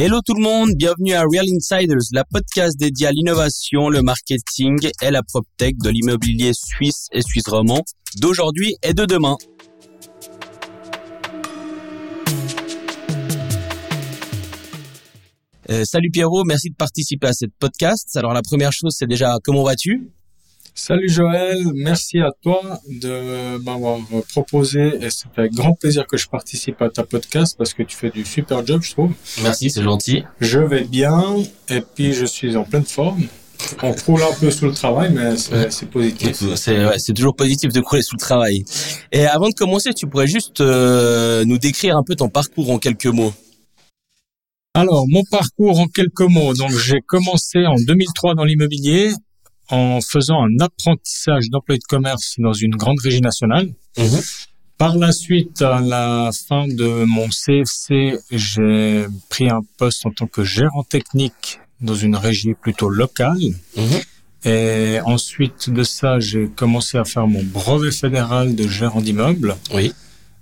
Hello tout le monde, bienvenue à Real Insiders, la podcast dédiée à l'innovation, le marketing et la PropTech de l'immobilier suisse et suisse romand d'aujourd'hui et de demain. Salut Pierrot, merci de participer à cette podcast. Alors la première chose, c'est déjà comment vas-tu ? Salut Joël, merci à toi de m'avoir proposé et ça fait avec grand plaisir que je participe à ta podcast parce que tu fais du super job, je trouve. Merci, c'est gentil. Je vais bien et puis je suis en pleine forme. On croule un peu sous le travail, mais c'est positif. C'est toujours positif de crouler sous le travail. Et avant de commencer, tu pourrais juste nous décrire un peu ton parcours en quelques mots. Alors, mon parcours en quelques mots. Donc, j'ai commencé en 2003 dans l'immobilier en faisant un apprentissage d'employé de commerce dans une grande régie nationale. Par la suite, à la fin de mon CFC, j'ai pris un poste en tant que gérant technique dans une régie plutôt locale. Et ensuite de ça, j'ai commencé à faire mon brevet fédéral de gérant d'immeuble. Oui.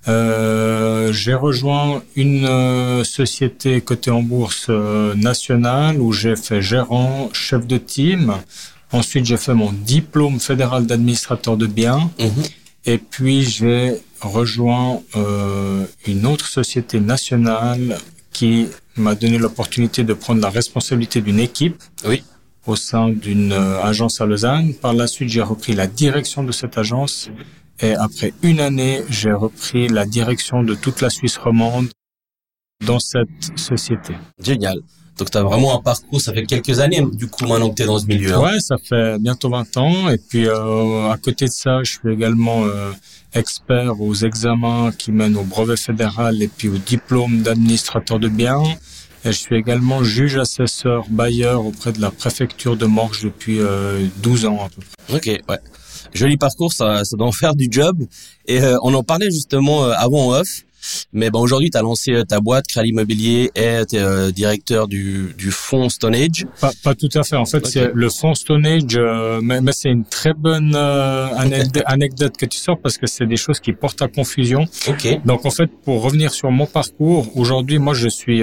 J'ai rejoint une société cotée en bourse nationale où j'ai fait gérant, chef de team. Ensuite, j'ai fait mon diplôme fédéral d'administrateur de biens. Et puis, j'ai rejoint une autre société nationale qui m'a donné l'opportunité de prendre la responsabilité d'une équipe au sein d'une agence à Lausanne. Par la suite, j'ai repris la direction de cette agence. Et après une année, j'ai repris la direction de toute la Suisse romande dans cette société. Génial. Donc, tu as vraiment un parcours, ça fait quelques années, du coup, maintenant que tu es dans ce milieu. Ouais, ça fait bientôt 20 ans. Et puis, à côté de ça, je suis également expert aux examens qui mènent au brevet fédéral et puis au diplôme d'administrateur de biens. Et je suis également juge assesseur bailleur auprès de la préfecture de Morges depuis 12 ans à peu près. Ok, ouais. Joli parcours, ça doit en faire du job. Et on en parlait justement avant en off. Mais bon, aujourd'hui, tu as lancé ta boîte, Créal Immobilier, et tu es directeur du fonds Stonehage. Pas tout à fait. En fait, c'est le fonds Stonehage, mais c'est une très bonne anecdote que tu sors parce que c'est des choses qui portent à confusion. Donc, en fait, pour revenir sur mon parcours, aujourd'hui, moi, je suis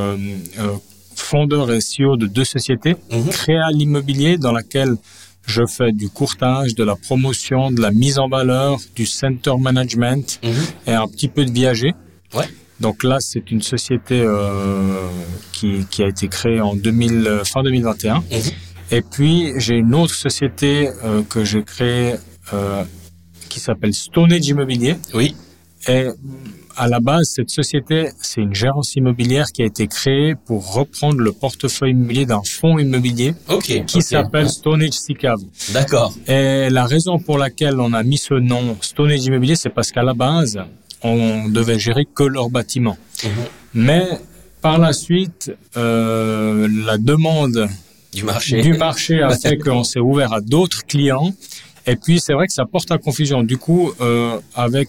fondeur et CEO de deux sociétés. Créal Immobilier, dans laquelle je fais du courtage, de la promotion, de la mise en valeur, du center management et un petit peu de viager. Donc là, c'est une société qui a été créée en fin 2021. Et puis, j'ai une autre société que j'ai créée qui s'appelle Stonehage Immobilier. Et à la base, cette société, c'est une gérance immobilière qui a été créée pour reprendre le portefeuille immobilier d'un fonds immobilier qui s'appelle Stonehage SICAV. D'accord. Et la raison pour laquelle on a mis ce nom Stonehage Immobilier, c'est parce qu'à la base, on devait gérer que leurs bâtiments. Mais par la suite, la demande du marché a fait qu'on s'est ouvert à d'autres clients. Et puis, c'est vrai que ça porte à confusion. Du coup, avec,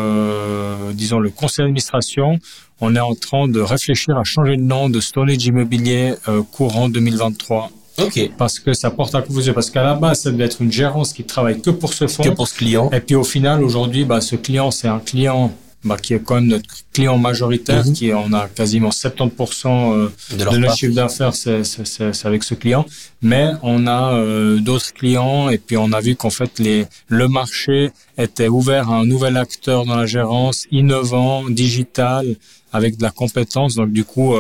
disons, le conseil d'administration, on est en train de réfléchir à changer de nom de Stonehage Immobilier courant 2023. Parce que ça porte à confusion. Parce qu'à la base, ça devait être une gérance qui travaille que pour ce fonds. Que pour ce client. Et puis, au final, aujourd'hui, ce client, c'est un client qui est quand même notre client majoritaire, on a quasiment 70% de notre chiffre d'affaires, c'est avec ce client. Mais on a d'autres clients et puis on a vu qu'en fait le marché était ouvert à un nouvel acteur dans la gérance, innovant, digital, avec de la compétence. Donc du coup,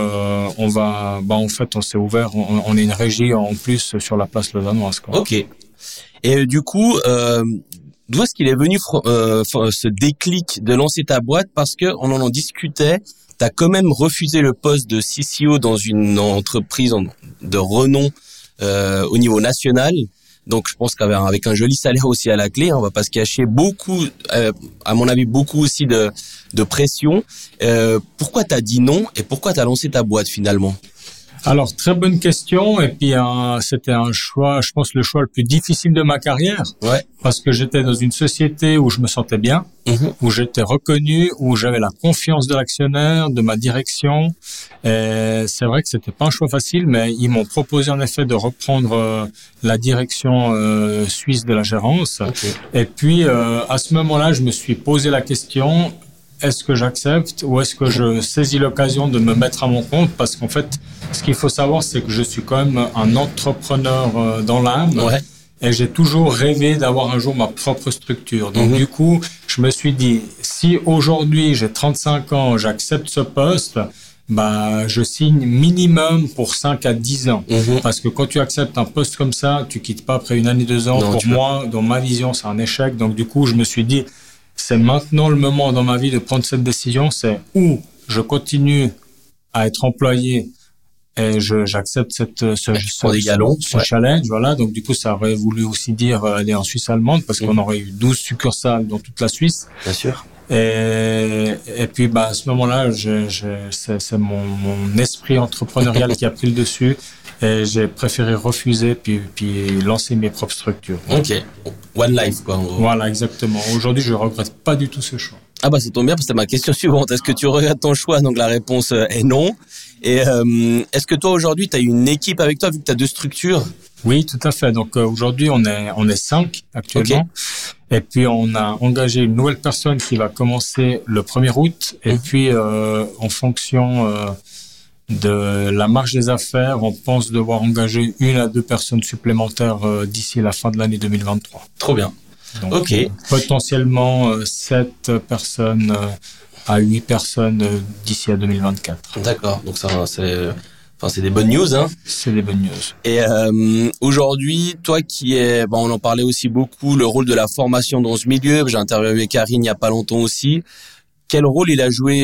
en fait, on s'est ouvert, on est une régie en plus sur la place lausannoise, quoi. Et du coup, d'où est-ce qu'il est venu ce déclic de lancer ta boîte? Parce que on en discutait, tu as quand même refusé le poste de CCO dans une entreprise de renom au niveau national. Donc je pense qu'avec un joli salaire aussi à la clé, on va pas se cacher, beaucoup, à mon avis, beaucoup aussi de pression. Pourquoi tu as dit non et pourquoi tu as lancé ta boîte finalement? Alors, très bonne question. Et puis, c'était un choix, je pense, le choix le plus difficile de ma carrière. Parce que j'étais dans une société où je me sentais bien, où j'étais reconnu, où j'avais la confiance de l'actionnaire, de ma direction. Et c'est vrai que c'était pas un choix facile, mais ils m'ont proposé en effet de reprendre la direction suisse de la gérance. Et puis, à ce moment-là, je me suis posé la question, est-ce que j'accepte ou est-ce que je saisis l'occasion de me mettre à mon compte? Parce qu'en fait, ce qu'il faut savoir, c'est que je suis quand même un entrepreneur dans l'âme. Ouais. Et j'ai toujours rêvé d'avoir un jour ma propre structure. Donc, du coup, je me suis dit, si aujourd'hui j'ai 35 ans, j'accepte ce poste, bah, je signe minimum pour 5 à 10 ans. Parce que quand tu acceptes un poste comme ça, tu quittes pas après 1 année, 2 ans. Non, pour moi, dans ma vision, c'est un échec. Donc, du coup, je me suis dit, c'est maintenant le moment dans ma vie de prendre cette décision. C'est où je continue à être employé et j'accepte ce challenge, voilà. Donc, du coup, ça aurait voulu aussi dire aller en Suisse allemande parce qu'on aurait eu 12 succursales dans toute la Suisse. Bien sûr. Et puis, bah, à ce moment-là, c'est mon esprit entrepreneurial qui a pris le dessus et j'ai préféré refuser puis lancer mes propres structures. Ok. One life, quoi, en gros. Voilà, exactement. Aujourd'hui, je regrette pas du tout ce choix. Ah bah ça tombe bien parce que c'était ma question suivante. Est-ce que tu regrettes ton choix? Donc la réponse est non. Et est-ce que toi aujourd'hui tu as une équipe avec toi vu que tu as 2 structures? Oui, tout à fait. Donc aujourd'hui on est 5 actuellement. Okay. Et puis on a engagé une nouvelle personne qui va commencer le 1er août. Et puis en fonction de la marge des affaires, on pense devoir engager 1 à 2 personnes supplémentaires d'ici la fin de l'année 2023. Trop bien. Donc, potentiellement 7 personnes à 8 personnes d'ici à 2024. D'accord. Donc ça, c'est des bonnes news, hein. C'est des bonnes news. Et aujourd'hui, toi qui es, on en parlait aussi beaucoup, le rôle de la formation dans ce milieu. J'ai interviewé Karine il y a pas longtemps aussi. Quel rôle a joué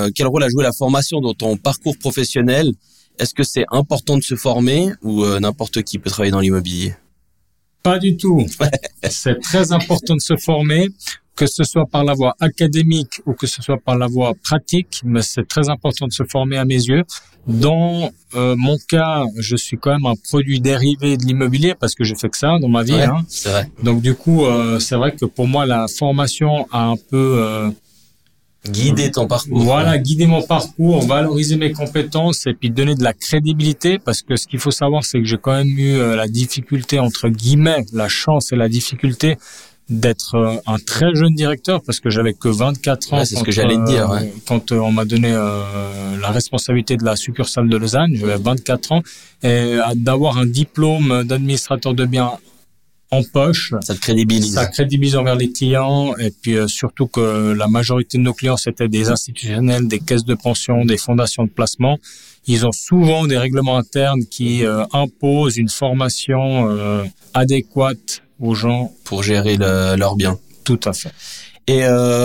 la formation dans ton parcours professionnel? Est-ce que c'est important de se former ou n'importe qui peut travailler dans l'immobilier? Pas du tout. C'est très important de se former, que ce soit par la voie académique ou que ce soit par la voie pratique, mais c'est très important de se former à mes yeux. Dans mon cas, je suis quand même un produit dérivé de l'immobilier parce que j'ai fait que ça dans ma vie. Ouais, hein. C'est vrai. Donc du coup, c'est vrai que pour moi, la formation a un peu... guider ton parcours. Voilà, guider mon parcours, valoriser mes compétences et puis donner de la crédibilité parce que ce qu'il faut savoir, c'est que j'ai quand même eu la difficulté, entre guillemets, la chance et la difficulté d'être un très jeune directeur parce que j'avais que 24 ans. Ouais, c'est ce que j'allais te dire. Ouais. Quand on m'a donné la responsabilité de la succursale de Lausanne, j'avais 24 ans et d'avoir un diplôme d'administrateur de biens en poche. Ça te crédibilise. Ça crédibilise envers les clients et puis surtout que la majorité de nos clients c'était des institutionnels, des caisses de pension, des fondations de placement. Ils ont souvent des règlements internes qui imposent une formation adéquate aux gens pour gérer leurs biens. Tout à fait. Et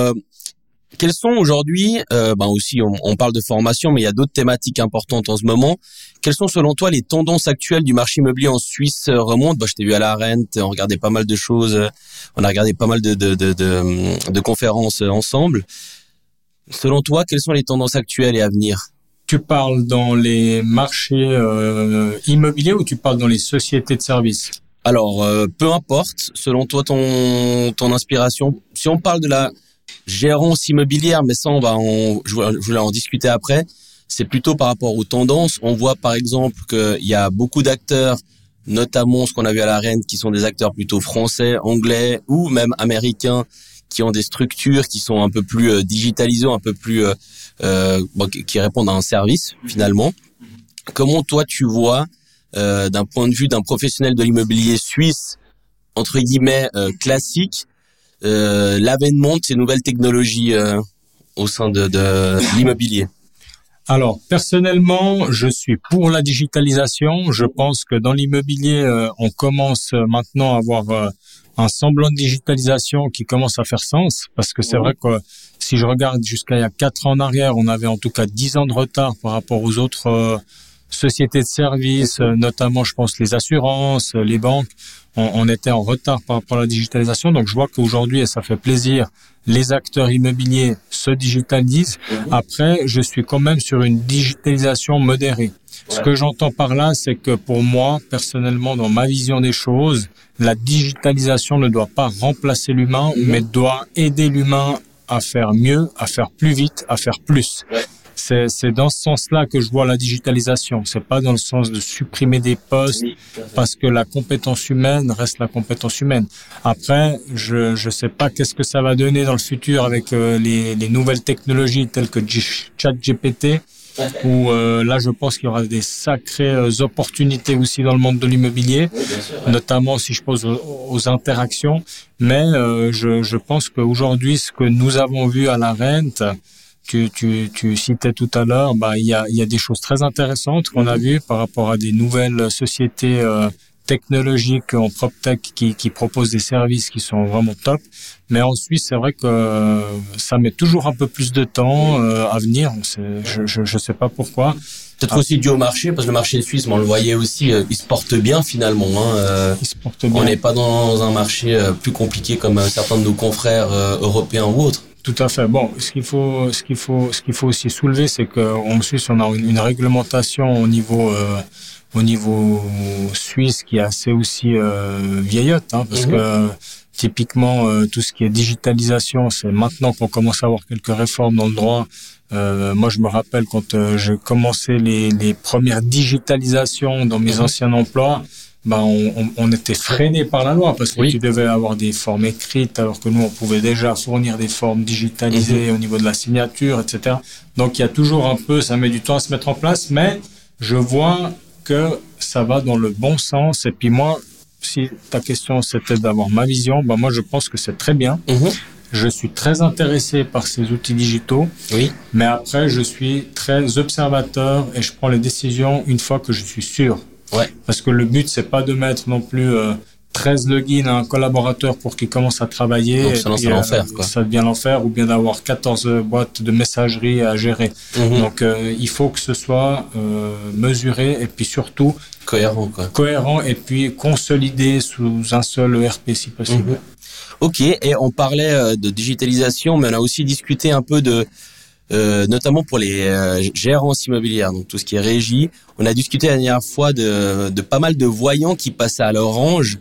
quels sont aujourd'hui, aussi on parle de formation, mais il y a d'autres thématiques importantes en ce moment. Quelles sont selon toi les tendances actuelles du marché immobilier en Suisse remontent? Je t'ai vu à la Rent, on regardait pas mal de choses, on a regardé pas mal de conférences ensemble. Selon toi, quelles sont les tendances actuelles et à venir? Tu parles dans les marchés immobiliers ou tu parles dans les sociétés de services? Alors, peu importe, selon toi, ton inspiration. Si on parle de la gérance immobilière, mais ça, je voulais en discuter après. C'est plutôt par rapport aux tendances. On voit par exemple qu'il y a beaucoup d'acteurs, notamment ce qu'on a vu à la Reine, qui sont des acteurs plutôt français, anglais ou même américains, qui ont des structures qui sont un peu plus digitalisées, un peu plus qui répondent à un service finalement. Comment toi tu vois d'un point de vue d'un professionnel de l'immobilier suisse entre guillemets classique l'avènement de ces nouvelles technologies au sein de l'immobilier? Alors, personnellement, je suis pour la digitalisation. Je pense que dans l'immobilier, on commence maintenant à avoir un semblant de digitalisation qui commence à faire sens. Parce que c'est vrai que si je regarde jusqu'à il y a 4 ans en arrière, on avait en tout cas 10 ans de retard par rapport aux autres sociétés de services, notamment, je pense, les assurances, les banques. On était en retard par rapport à la digitalisation. Donc, je vois qu'aujourd'hui, et ça fait plaisir, les acteurs immobiliers se digitalisent. Après, je suis quand même sur une digitalisation modérée. Ce que j'entends par là, c'est que pour moi, personnellement, dans ma vision des choses, la digitalisation ne doit pas remplacer l'humain, mais doit aider l'humain à faire mieux, à faire plus vite, à faire plus. c'est dans ce sens-là que je vois la digitalisation. C'est pas dans le sens de supprimer des postes, parce que la compétence humaine reste la compétence humaine. Après, je sais pas qu'est-ce que ça va donner dans le futur avec les nouvelles technologies telles que ChatGPT, où là, je pense qu'il y aura des sacrées opportunités aussi dans le monde de l'immobilier, notamment si je pense aux interactions. Mais je pense qu'aujourd'hui, ce que nous avons vu à la Rent, tu citais tout à l'heure, il y a des choses très intéressantes qu'on a vues par rapport à des nouvelles sociétés technologiques en PropTech qui proposent des services qui sont vraiment top. Mais en Suisse, c'est vrai que ça met toujours un peu plus de temps à venir. Je sais pas pourquoi. Peut-être aussi dû au marché, parce que le marché suisse, on le voyait aussi, il se porte bien finalement. Il se porte bien. On n'est pas dans un marché plus compliqué comme certains de nos confrères européens ou autres. Tout à fait. Bon, ce qu'il faut aussi soulever, c'est qu'en Suisse, on a une réglementation au niveau suisse qui est assez aussi vieillotte, parce que typiquement tout ce qui est digitalisation, c'est maintenant qu'on commence à avoir quelques réformes dans le droit. Moi, je me rappelle quand j'ai commencé les premières digitalisations dans mes anciens emplois, on était freiné par la loi parce que tu devais avoir des formes écrites, alors que nous, on pouvait déjà fournir des formes digitalisées au niveau de la signature, etc. Donc, il y a toujours un peu, ça met du temps à se mettre en place, mais je vois que ça va dans le bon sens. Et puis moi, si ta question c'était d'avoir ma vision, moi, je pense que c'est très bien. Je suis très intéressé par ces outils digitaux, mais après, je suis très observateur et je prends les décisions une fois que je suis sûr. Parce que le but, c'est pas de mettre non plus 13 logins à un collaborateur pour qu'il commence à travailler. Donc, ça lance l'enfer, quoi. Ça devient l'enfer, ou bien d'avoir 14 boîtes de messagerie à gérer. Donc, il faut que ce soit mesuré et puis surtout cohérent, quoi. Cohérent et puis consolidé sous un seul ERP si possible. Ok, et on parlait de digitalisation, mais on a aussi discuté un peu de notamment pour les gérances immobilières, donc tout ce qui est régie. On a discuté la dernière fois de pas mal de voyants qui passaient à l'orange.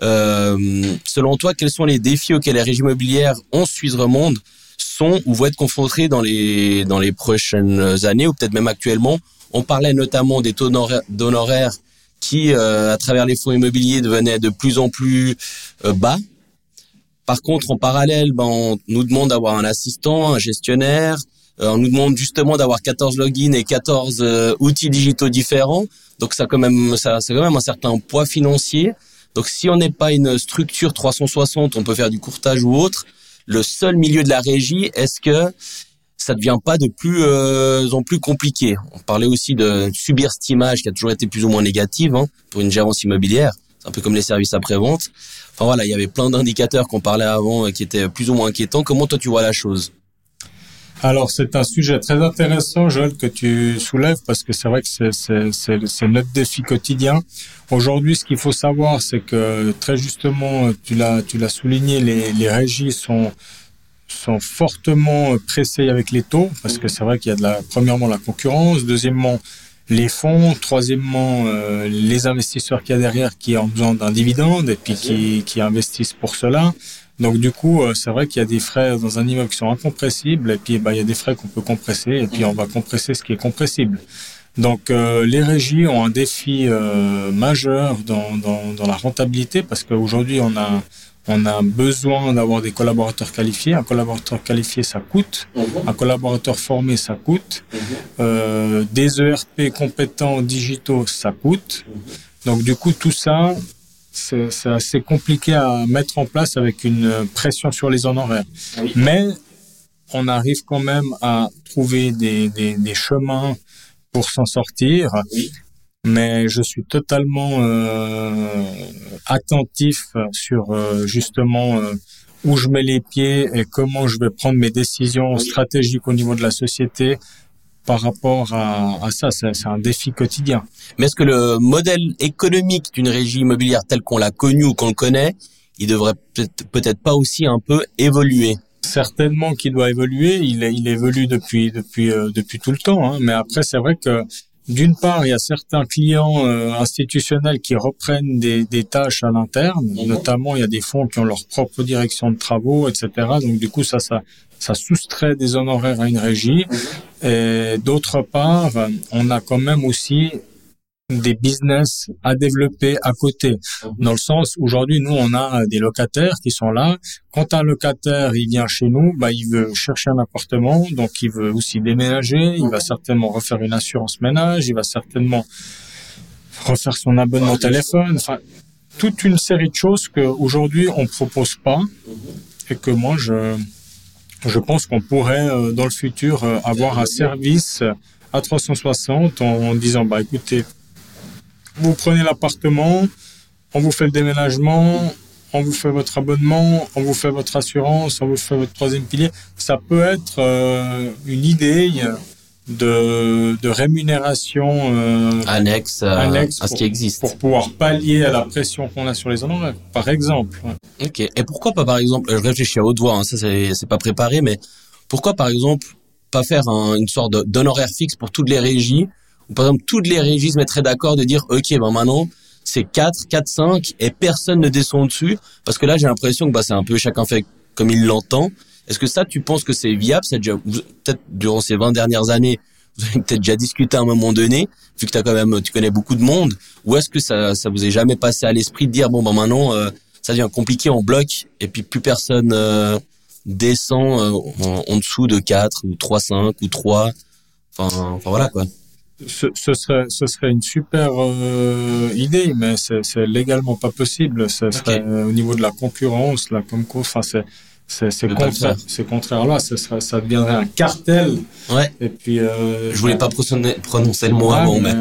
Selon toi, quels sont les défis auxquels les régies immobilières en Suisse romande sont ou vont être confrontées dans les prochaines années ou peut-être même actuellement? On parlait notamment des taux d'honoraires qui, à travers les fonds immobiliers, devenaient de plus en plus bas. Par contre, en parallèle, on nous demande d'avoir un assistant, un gestionnaire. On nous demande justement d'avoir 14 logins et 14 outils digitaux différents. Donc c'est quand même un certain poids financier. Donc si on n'est pas une structure 360, on peut faire du courtage ou autre. Le seul milieu de la régie, est-ce que ça devient pas de plus en plus compliqué? On parlait aussi de subir cette image qui a toujours été plus ou moins négative pour une gérance immobilière. C'est un peu comme les services après-vente. Enfin voilà, il y avait plein d'indicateurs qu'on parlait avant qui étaient plus ou moins inquiétants. Comment toi tu vois la chose? Alors, c'est un sujet très intéressant, Joël, que tu soulèves, parce que c'est vrai que c'est notre défi quotidien. Aujourd'hui, ce qu'il faut savoir, c'est que très justement, tu l'as souligné, les régies sont fortement pressées avec les taux, parce que c'est vrai qu'il y a premièrement la concurrence, deuxièmement les fonds, troisièmement les investisseurs qu'il y a derrière qui ont besoin d'un dividende et puis qui investissent pour cela. Donc du coup, c'est vrai qu'il y a des frais dans un immeuble qui sont incompressibles et puis il y a des frais qu'on peut compresser et puis on va compresser ce qui est compressible. Donc les régies ont un défi majeur dans la rentabilité parce qu'aujourd'hui on a besoin d'avoir des collaborateurs qualifiés. Un collaborateur qualifié, ça coûte. Un collaborateur formé, ça coûte. Des ERP compétents digitaux, ça coûte. Donc du coup, tout ça, c'est assez compliqué à mettre en place avec une pression sur les honoraires. Mais on arrive quand même à trouver des chemins pour s'en sortir. Mais je suis totalement attentif sur justement où je mets les pieds et comment je vais prendre mes décisions stratégiques au niveau de la société par rapport à ça. C'est un défi quotidien. Mais est-ce que le modèle économique d'une régie immobilière telle qu'on l'a connue ou qu'on le connaît, il devrait peut-être pas aussi un peu évoluer? Certainement qu'il doit évoluer. Il évolue depuis tout le temps. Mais après, c'est vrai que d'une part, il y a certains clients institutionnels qui reprennent des tâches à l'interne, notamment il y a des fonds qui ont leur propre direction de travaux, etc. Donc du coup, ça soustrait des honoraires à une régie. Et d'autre part, on a quand même aussi des business à développer à côté. Dans le sens, aujourd'hui, nous, on a des locataires qui sont là. Quand un locataire, il vient chez nous, il veut chercher un appartement, donc il veut aussi déménager, il va certainement refaire une assurance ménage, il va certainement refaire son abonnement téléphone, enfin, toute une série de choses qu'aujourd'hui, on propose pas et que moi, je pense qu'on pourrait, dans le futur, avoir un service à 360 en disant, écoutez, vous prenez l'appartement, on vous fait le déménagement, on vous fait votre abonnement, on vous fait votre assurance, on vous fait votre troisième pilier. Ça peut être une idée de rémunération annexe à ce qui existe pour pouvoir pallier à la pression qu'on a sur les honoraires, par exemple. Ok. Et pourquoi pas, par exemple, je réfléchis à haute voix, ça c'est pas préparé, mais pourquoi par exemple pas faire une sorte d'honoraire fixe pour toutes les régies? Ou par exemple, toutes les régies se mettraient d'accord de dire, ok, maintenant, c'est 4, 5, et personne ne descend dessus. Parce que là, j'ai l'impression que c'est un peu chacun fait comme il l'entend. Est-ce que ça, tu penses que c'est viable? Ça déjà, peut-être durant ces 20 dernières années, vous avez peut-être déjà discuté à un moment donné, vu que tu connais beaucoup de monde. Ou est-ce que ça vous est jamais passé à l'esprit de dire, maintenant, ça devient compliqué, on bloque, et puis plus personne descend en dessous de 4, ou 3, 5, ou 3. Enfin voilà, quoi. Ce serait une super idée, mais c'est légalement pas possible. Ce serait au niveau de la concurrence, là, comme quoi, c'est contraire là. Ça deviendrait un cartel. Ouais. Et puis. Je voulais pas prononcer le mot avant, mais.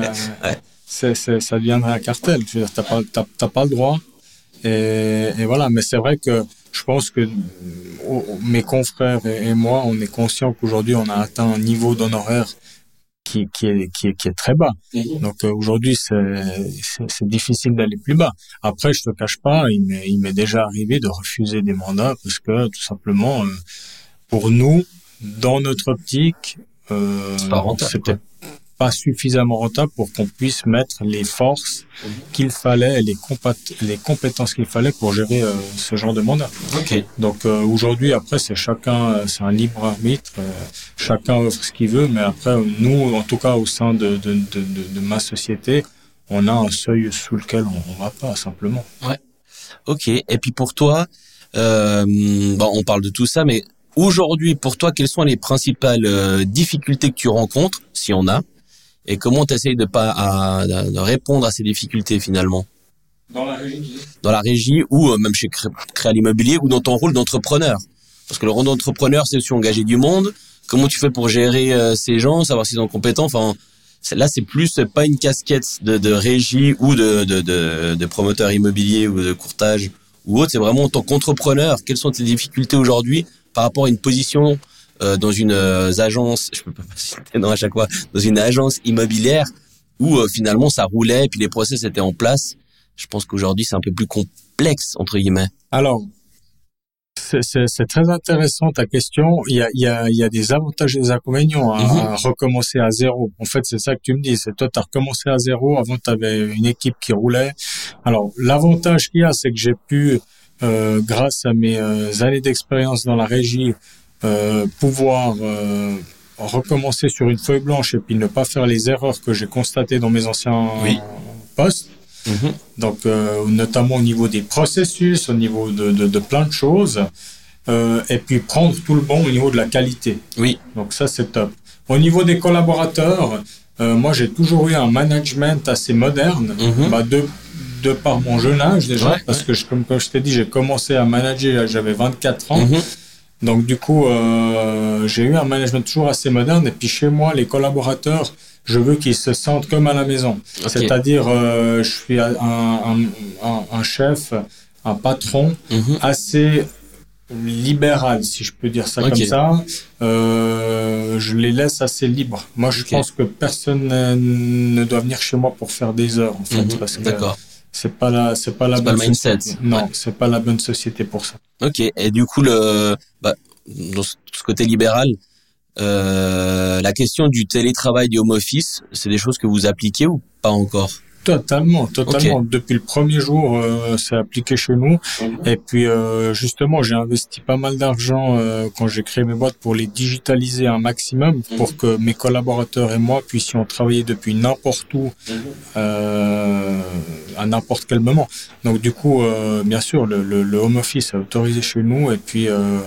Ça deviendrait un cartel. Je veux dire, t'as pas le droit. Et voilà. Mais c'est vrai que je pense que mes confrères et moi, on est conscients qu'aujourd'hui, on a atteint un niveau d'honoraire qui est très bas. Donc aujourd'hui c'est difficile d'aller plus bas. Après je te cache pas, il m'est déjà arrivé de refuser des mandats parce que tout simplement pour nous dans notre optique c'était pas suffisamment rentable pour qu'on puisse mettre les forces qu'il fallait et les compétences qu'il fallait pour gérer ce genre de mandat. Okay. Donc aujourd'hui, après, c'est un libre arbitre, chacun offre ce qu'il veut, mais après, nous, en tout cas, au sein de ma société, on a un seuil sous lequel on va pas, simplement. Ouais. Ok. Et puis pour toi, on parle de tout ça, mais aujourd'hui, pour toi, quelles sont les principales difficultés que tu rencontres, si on a? Et comment tu essayes de répondre à ces difficultés finalement? Dans la régie? Dans la régie ou même chez Créal Immobilier ou dans ton rôle d'entrepreneur. Parce que le rôle d'entrepreneur, c'est aussi engager du monde. Comment tu fais pour gérer ces gens, savoir s'ils sont compétents? Enfin, là, c'est pas une casquette de régie ou de promoteur immobilier ou de courtage ou autre. C'est vraiment en tant qu'entrepreneur. Quelles sont tes difficultés aujourd'hui par rapport à une position dans une agence, je peux pas citer non à chaque fois, dans une agence immobilière où finalement ça roulait et puis les process étaient en place. Je pense qu'aujourd'hui c'est un peu plus complexe entre guillemets. Alors c'est très intéressant ta question. Il y a des avantages et des inconvénients à recommencer à zéro. En fait c'est ça que tu me dis. C'est toi t'as recommencé à zéro. Avant t'avais une équipe qui roulait. Alors l'avantage qu'il y a c'est que j'ai pu grâce à mes années d'expérience dans la régie pouvoir recommencer sur une feuille blanche et puis ne pas faire les erreurs que j'ai constatées dans mes anciens postes. Donc notamment au niveau des processus, au niveau de plein de choses, et puis prendre tout le bon au niveau de la qualité. Oui. Donc ça c'est top. Au niveau des collaborateurs, moi j'ai toujours eu un management assez moderne, de par mon jeune âge déjà, parce que comme je t'ai dit, j'ai commencé à manager, j'avais 24 ans. Donc du coup, j'ai eu un management toujours assez moderne. Et puis chez moi, les collaborateurs, je veux qu'ils se sentent comme à la maison. Okay. C'est-à-dire, je suis un chef, un patron assez libéral, si je peux dire ça comme ça. Je les laisse assez libres. Moi, je pense que personne ne doit venir chez moi pour faire des heures, en fait, parce que c'est pas la bonne société. Non, c'est pas la bonne société pour ça. Ok. Et du coup, dans ce côté libéral, La question du télétravail, du home office, c'est des choses que vous appliquez ou pas encore? Totalement. Okay. Depuis le premier jour, c'est appliqué chez nous. Et puis, justement, j'ai investi pas mal d'argent quand j'ai créé mes boîtes pour les digitaliser un maximum, pour que mes collaborateurs et moi puissions travailler depuis n'importe où, à n'importe quel moment. Donc, du coup, bien sûr, le home office est autorisé chez nous. Et puis,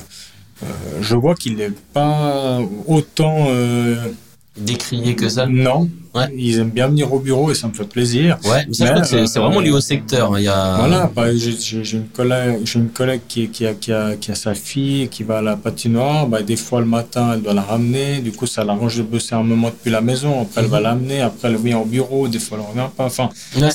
je vois qu'il n'est pas autant décrié que ça. Non. Ouais. Ils aiment bien venir au bureau et ça me fait plaisir. Ouais, mais ça, je crois que c'est vraiment lié au secteur. Il y a... Voilà, bah, j'ai une collègue qui a sa fille qui va à la patinoire. Bah, des fois le matin, elle doit la ramener. Du coup, ça l'arrange de bosser un moment depuis la maison. Après, elle va l'amener. Après, elle vient au bureau. Des fois, elle ne revient pas. Enfin,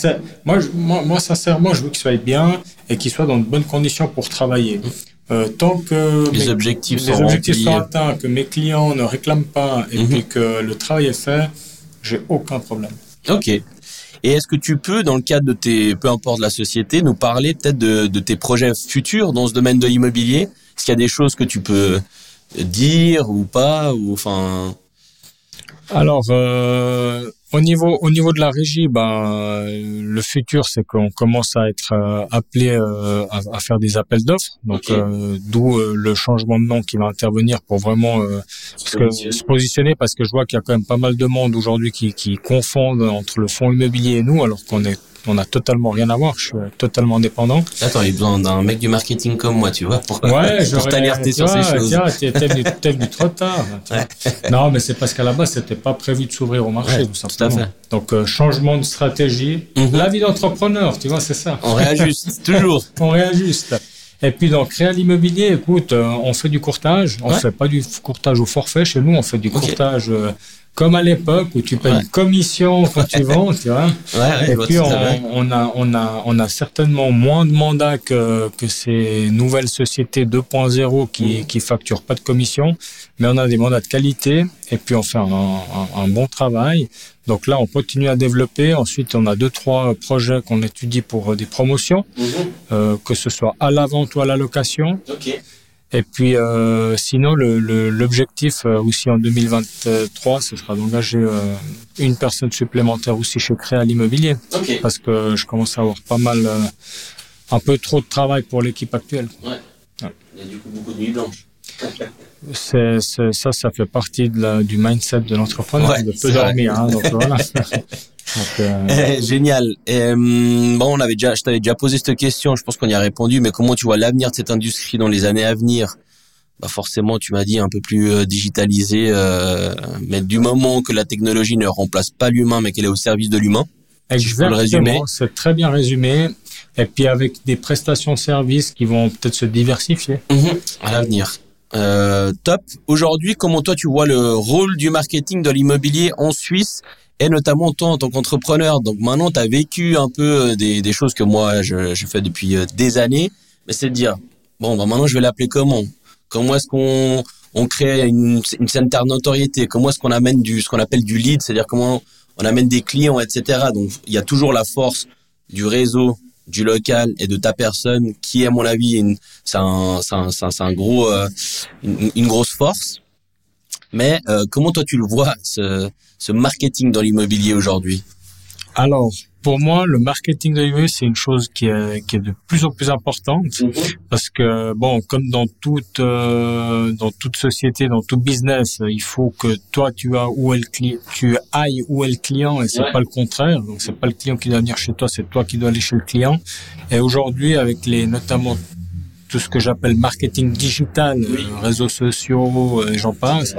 moi, sincèrement, je veux qu'il soit bien et qu'il soit dans de bonnes conditions pour travailler. Tant que les objectifs sont atteints, que mes clients ne réclament pas et puis que le travail est fait, j'ai aucun problème. Ok. Et est-ce que tu peux, dans le cadre de peu importe la société, nous parler peut-être de tes projets futurs dans ce domaine de l'immobilier? Est-ce qu'il y a des choses que tu peux dire ou pas, ou enfin? Alors, au niveau de la régie, le futur, c'est qu'on commence à être appelé à faire des appels d'offres. Donc, d'où le changement de nom qui va intervenir pour vraiment se positionner, parce que je vois qu'il y a quand même pas mal de monde aujourd'hui qui confondent entre le fonds immobilier et nous, alors on a totalement rien à voir. Je suis totalement indépendant. Attends, il y a besoin d'un mec du marketing comme moi, tu vois, pour t'alerter sur ces choses. T'es venu trop tard. Ouais. Non, mais c'est parce qu'à la base, c'était pas prévu de s'ouvrir au marché, tout simplement. Tout à fait. Donc, changement de stratégie. La vie d'entrepreneur, tu vois, c'est ça. On réajuste, toujours. On réajuste. Et puis, dans Créa l'immobilier, écoute, on fait du courtage. On fait pas du courtage au forfait. Chez nous, on fait du courtage comme à l'époque où tu payes une commission quand tu vends, tu vois. Et puis on a certainement moins de mandats que ces nouvelles sociétés 2.0 qui facturent pas de commission, mais on a des mandats de qualité et puis on fait un bon travail. Donc là, on continue à développer. Ensuite, on a 2-3 projets qu'on étudie pour des promotions, que ce soit à la vente ou à la location. Et puis, sinon, l'objectif aussi en 2023, ce sera d'engager une personne supplémentaire aussi chez Créa l'immobilier. Parce que je commence à avoir pas mal, un peu trop de travail pour l'équipe actuelle. Ouais. Il y a du coup beaucoup de nuits blanches. Ça fait partie du mindset de l'entrepreneur, de peu dormir. Hein, donc voilà. Donc, génial. Bon, je t'avais déjà posé cette question, je pense qu'on y a répondu, mais comment tu vois l'avenir de cette industrie dans les années à venir? Forcément, tu m'as dit un peu plus digitalisé, mais du moment que la technologie ne remplace pas l'humain, mais qu'elle est au service de l'humain. Exactement, c'est très bien résumé. Et puis avec des prestations de services qui vont peut-être se diversifier. À l'avenir. Top. Aujourd'hui, comment toi tu vois le rôle du marketing dans l'immobilier en Suisse? Et notamment toi en tant qu'entrepreneur. Donc maintenant, tu as vécu un peu des choses que moi, je fais depuis des années. Mais c'est de dire, bon, maintenant, je vais l'appeler comment? Comment est-ce qu'on crée une certaine notoriété? Comment est-ce qu'on amène ce qu'on appelle du lead? C'est-à-dire comment on amène des clients, etc. Donc, il y a toujours la force du réseau, du local et de ta personne qui, à mon avis, c'est un gros, une grosse force. Mais comment toi tu le vois ce marketing dans l'immobilier aujourd'hui? Alors, pour moi, le marketing de l'immobilier, c'est une chose qui est de plus en plus importante parce que bon, comme dans toute société, dans tout business, il faut que toi tu ailles où est le client et c'est pas le contraire. Donc c'est pas le client qui doit venir chez toi, c'est toi qui dois aller chez le client. Et aujourd'hui, avec notamment tout ce que j'appelle marketing digital, réseaux sociaux, et j'en passe,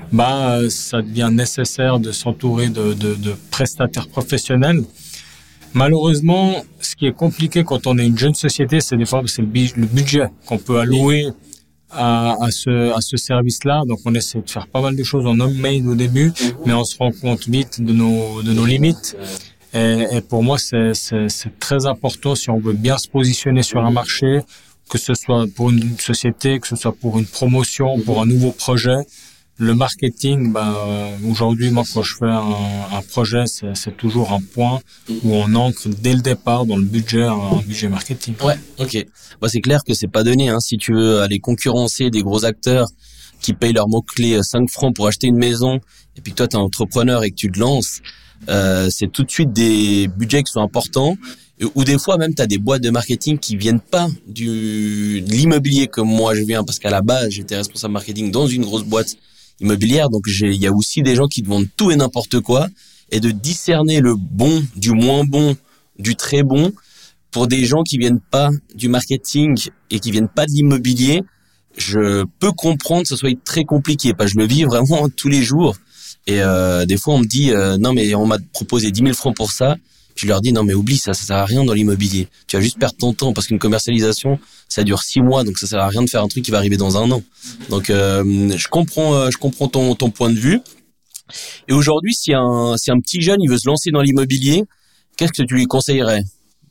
ça devient nécessaire de s'entourer de prestataires professionnels. Malheureusement, ce qui est compliqué quand on est une jeune société, c'est le budget qu'on peut allouer à ce service-là. Donc, on essaie de faire pas mal de choses en homemade au début, mais on se rend compte vite de nos limites. Et pour moi, c'est très important si on veut bien se positionner sur un marché, que ce soit pour une société, que ce soit pour une promotion, pour un nouveau projet. Le marketing, aujourd'hui, moi, quand je fais un projet, c'est toujours un point où on ancre dès le départ dans le budget, un budget marketing. Ouais, ok. C'est clair que c'est pas donné, hein. Si tu veux aller concurrencer des gros acteurs, qui payent leur mot-clé 5 francs pour acheter une maison, et puis que toi, t'es entrepreneur et que tu te lances, c'est tout de suite des budgets qui sont importants. Ou des fois même, t'as des boîtes de marketing qui viennent pas de l'immobilier comme moi je viens, parce qu'à la base, j'étais responsable marketing dans une grosse boîte immobilière. Donc, il y a aussi des gens qui te vendent tout et n'importe quoi, et de discerner le bon, du moins bon, du très bon, pour des gens qui viennent pas du marketing et qui viennent pas de l'immobilier, je peux comprendre que ce soit très compliqué. Parce que je le vis vraiment tous les jours. Et des fois, on me dit non, mais on m'a proposé 10 000 francs pour ça. Je leur dis non, mais oublie ça sert à rien dans l'immobilier. Tu vas juste perdre ton temps parce qu'une commercialisation, ça dure 6 mois, donc ça sert à rien de faire un truc qui va arriver dans un an. Donc je comprends ton point de vue. Et aujourd'hui, si un petit jeune il veut se lancer dans l'immobilier, qu'est-ce que tu lui conseillerais?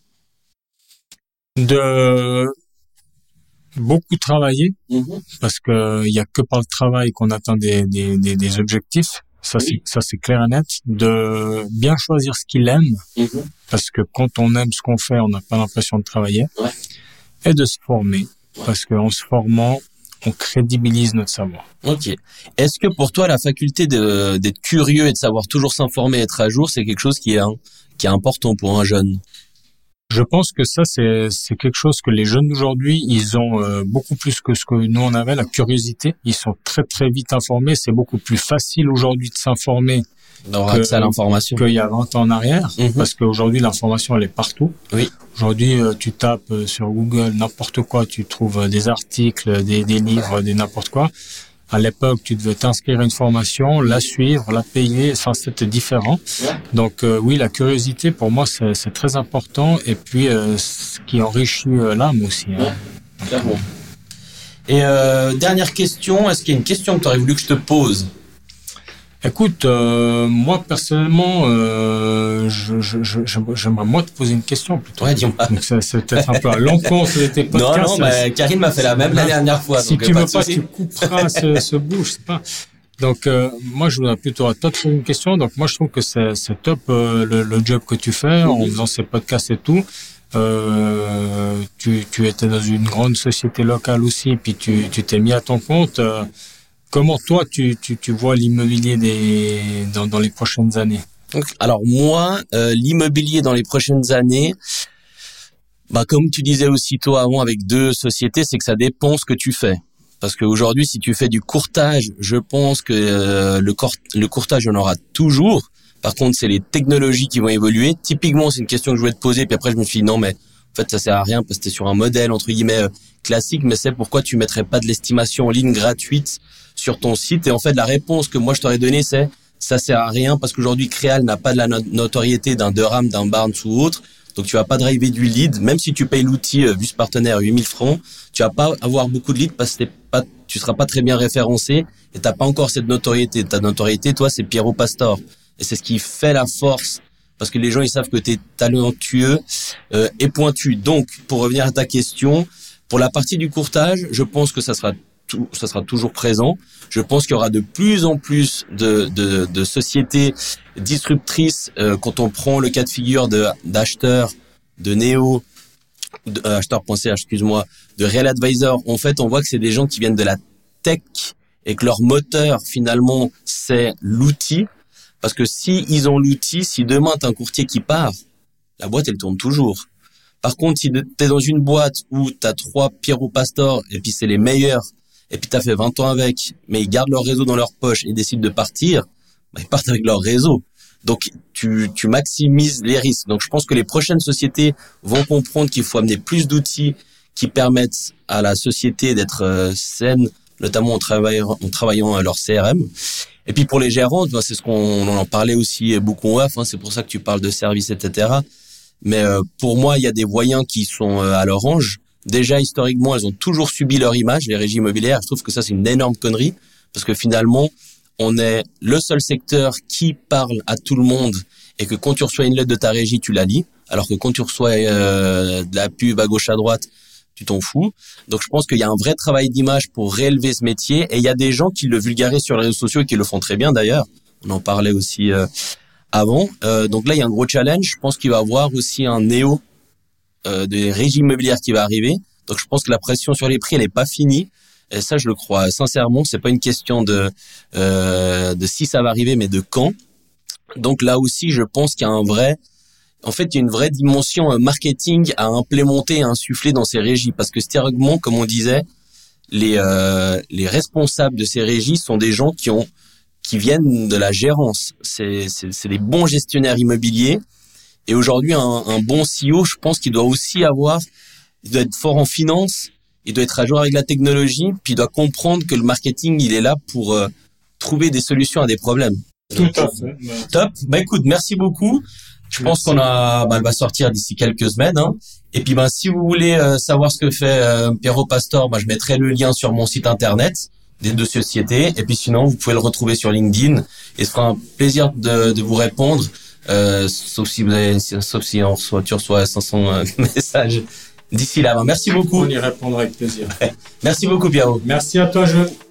De beaucoup travailler, parce que il y a que par le travail qu'on atteint des objectifs. Ça c'est clair et net. De bien choisir ce qu'il aime, parce que quand on aime ce qu'on fait, on n'a pas l'impression de travailler. Ouais. Et de se former, parce qu'en se formant, on crédibilise notre savoir. Ok. Est-ce que pour toi, la faculté d'être curieux et de savoir toujours s'informer, être à jour, c'est quelque chose qui est important pour un jeune? Je pense que ça, c'est quelque chose que les jeunes d'aujourd'hui, ils ont beaucoup plus que ce que nous on avait, la curiosité. Ils sont très très vite informés. C'est beaucoup plus facile aujourd'hui de s'informer D'avoir accès à l'information qu'il y a 20 ans en arrière, parce qu'aujourd'hui l'information elle est partout. Oui. Aujourd'hui, tu tapes sur Google n'importe quoi, tu trouves des articles, des livres, des n'importe quoi. À l'époque, tu devais t'inscrire à une formation, la suivre, la payer, enfin c'était différent. Donc oui, la curiosité pour moi c'est très important, et puis ce qui enrichit l'âme aussi. Hein. Clairement. Et dernière question, est-ce qu'il y a une question que tu aurais voulu que je te pose? Écoute, moi personnellement, j'aimerais moi te poser une question plutôt. Ouais, dis-moi. Donc c'est peut-être un peu à l'encontre de tes podcasts. Non, mais Karine m'a fait la même la dernière fois. Si donc, tu pas veux de pas, souci. tu couperas ce bout, je sais pas. Donc moi je voudrais plutôt à toi te poser une question. Donc moi je trouve que c'est top le job que tu fais en faisant ces podcasts et tout. Tu étais dans une grande société locale aussi, puis tu t'es mis à ton compte. Comment toi tu vois l'immobilier dans les prochaines années? Alors moi, l'immobilier dans les prochaines années, comme tu disais aussi toi avant avec 2 sociétés, c'est que ça dépend ce que tu fais. Parce qu'aujourd'hui, si tu fais du courtage, je pense que le courtage, on aura toujours. Par contre, c'est les technologies qui vont évoluer. Typiquement, c'est une question que je voulais te poser, puis après je me suis dit non, mais en fait, ça sert à rien parce que t'es sur un modèle entre guillemets classique. Mais c'est pourquoi tu mettrais pas de l'estimation en ligne gratuite sur ton site. Et en fait, la réponse que moi je t'aurais donnée, c'est ça sert à rien parce qu'aujourd'hui, Créal n'a pas de la notoriété d'un Durham, d'un Barnes ou autre. Donc, tu vas pas driver du lead. Même si tu payes l'outil Bus Partenaire 8 000 francs, tu vas pas avoir beaucoup de leads parce que tu seras pas très bien référencé et t'as pas encore cette notoriété. Ta notoriété, toi, c'est Piero Pastor. Et c'est ce qui fait la force. Parce que les gens, ils savent que tu es talentueux et pointu. Donc, pour revenir à ta question, pour la partie du courtage, je pense que ça sera toujours présent. Je pense qu'il y aura de plus en plus de sociétés disruptrices quand on prend le cas de figure d'acheteurs, de Néo, acheteur.ch, excuse-moi, de Real Advisor. En fait, on voit que c'est des gens qui viennent de la tech et que leur moteur, finalement, c'est l'outil. Parce que si ils ont l'outil, si demain t'as un courtier qui part, la boîte, elle tourne toujours. Par contre, si t'es dans une boîte où t'as 3 Piero Pastor et puis c'est les meilleurs, et puis t'as fait 20 ans avec, mais ils gardent leur réseau dans leur poche et décident de partir, ils partent avec leur réseau. Donc, tu maximises les risques. Donc, je pense que les prochaines sociétés vont comprendre qu'il faut amener plus d'outils qui permettent à la société d'être saine, notamment en travaillant à leur CRM. Et puis pour les gérants, c'est ce qu'on en parlait aussi beaucoup en off, c'est pour ça que tu parles de services, etc. Mais pour moi, il y a des voyants qui sont à l'orange. Déjà, historiquement, elles ont toujours subi leur image, les régies immobilières. Je trouve que ça, c'est une énorme connerie, parce que finalement, on est le seul secteur qui parle à tout le monde et que quand tu reçois une lettre de ta régie, tu la lis, alors que quand tu reçois de la pub à gauche à droite, tu t'en fous. Donc, je pense qu'il y a un vrai travail d'image pour réélever ce métier. Et il y a des gens qui le vulgarisent sur les réseaux sociaux et qui le font très bien, d'ailleurs. On en parlait aussi avant. Donc là, il y a un gros challenge. Je pense qu'il va y avoir aussi un néo des régies immobilières qui va arriver. Donc, je pense que la pression sur les prix, elle n'est pas finie. Et ça, je le crois sincèrement. C'est pas une question de si ça va arriver, mais de quand. Donc là aussi, je pense qu'il y a il y a une vraie dimension marketing à implémenter, à insuffler dans ces régies. Parce que historiquement, comme on disait, les responsables de ces régies sont des gens qui viennent de la gérance. C'est des bons gestionnaires immobiliers. Et aujourd'hui, un bon CEO, je pense qu'il doit être fort en finance, il doit être à jour avec la technologie, puis il doit comprendre que le marketing, il est là pour trouver des solutions à des problèmes. Tout à fait. Top. Écoute, merci beaucoup. Je pense elle va sortir d'ici quelques semaines. Hein. Et puis, si vous voulez savoir ce que fait Piero Pastor, je mettrai le lien sur mon site internet des deux sociétés. Et puis, sinon, vous pouvez le retrouver sur LinkedIn. Et ce sera un plaisir de vous répondre, sauf si tu reçois 500 messages d'ici là. Merci beaucoup. On y répondra avec plaisir. Merci beaucoup, Piero. Merci à toi, Jean.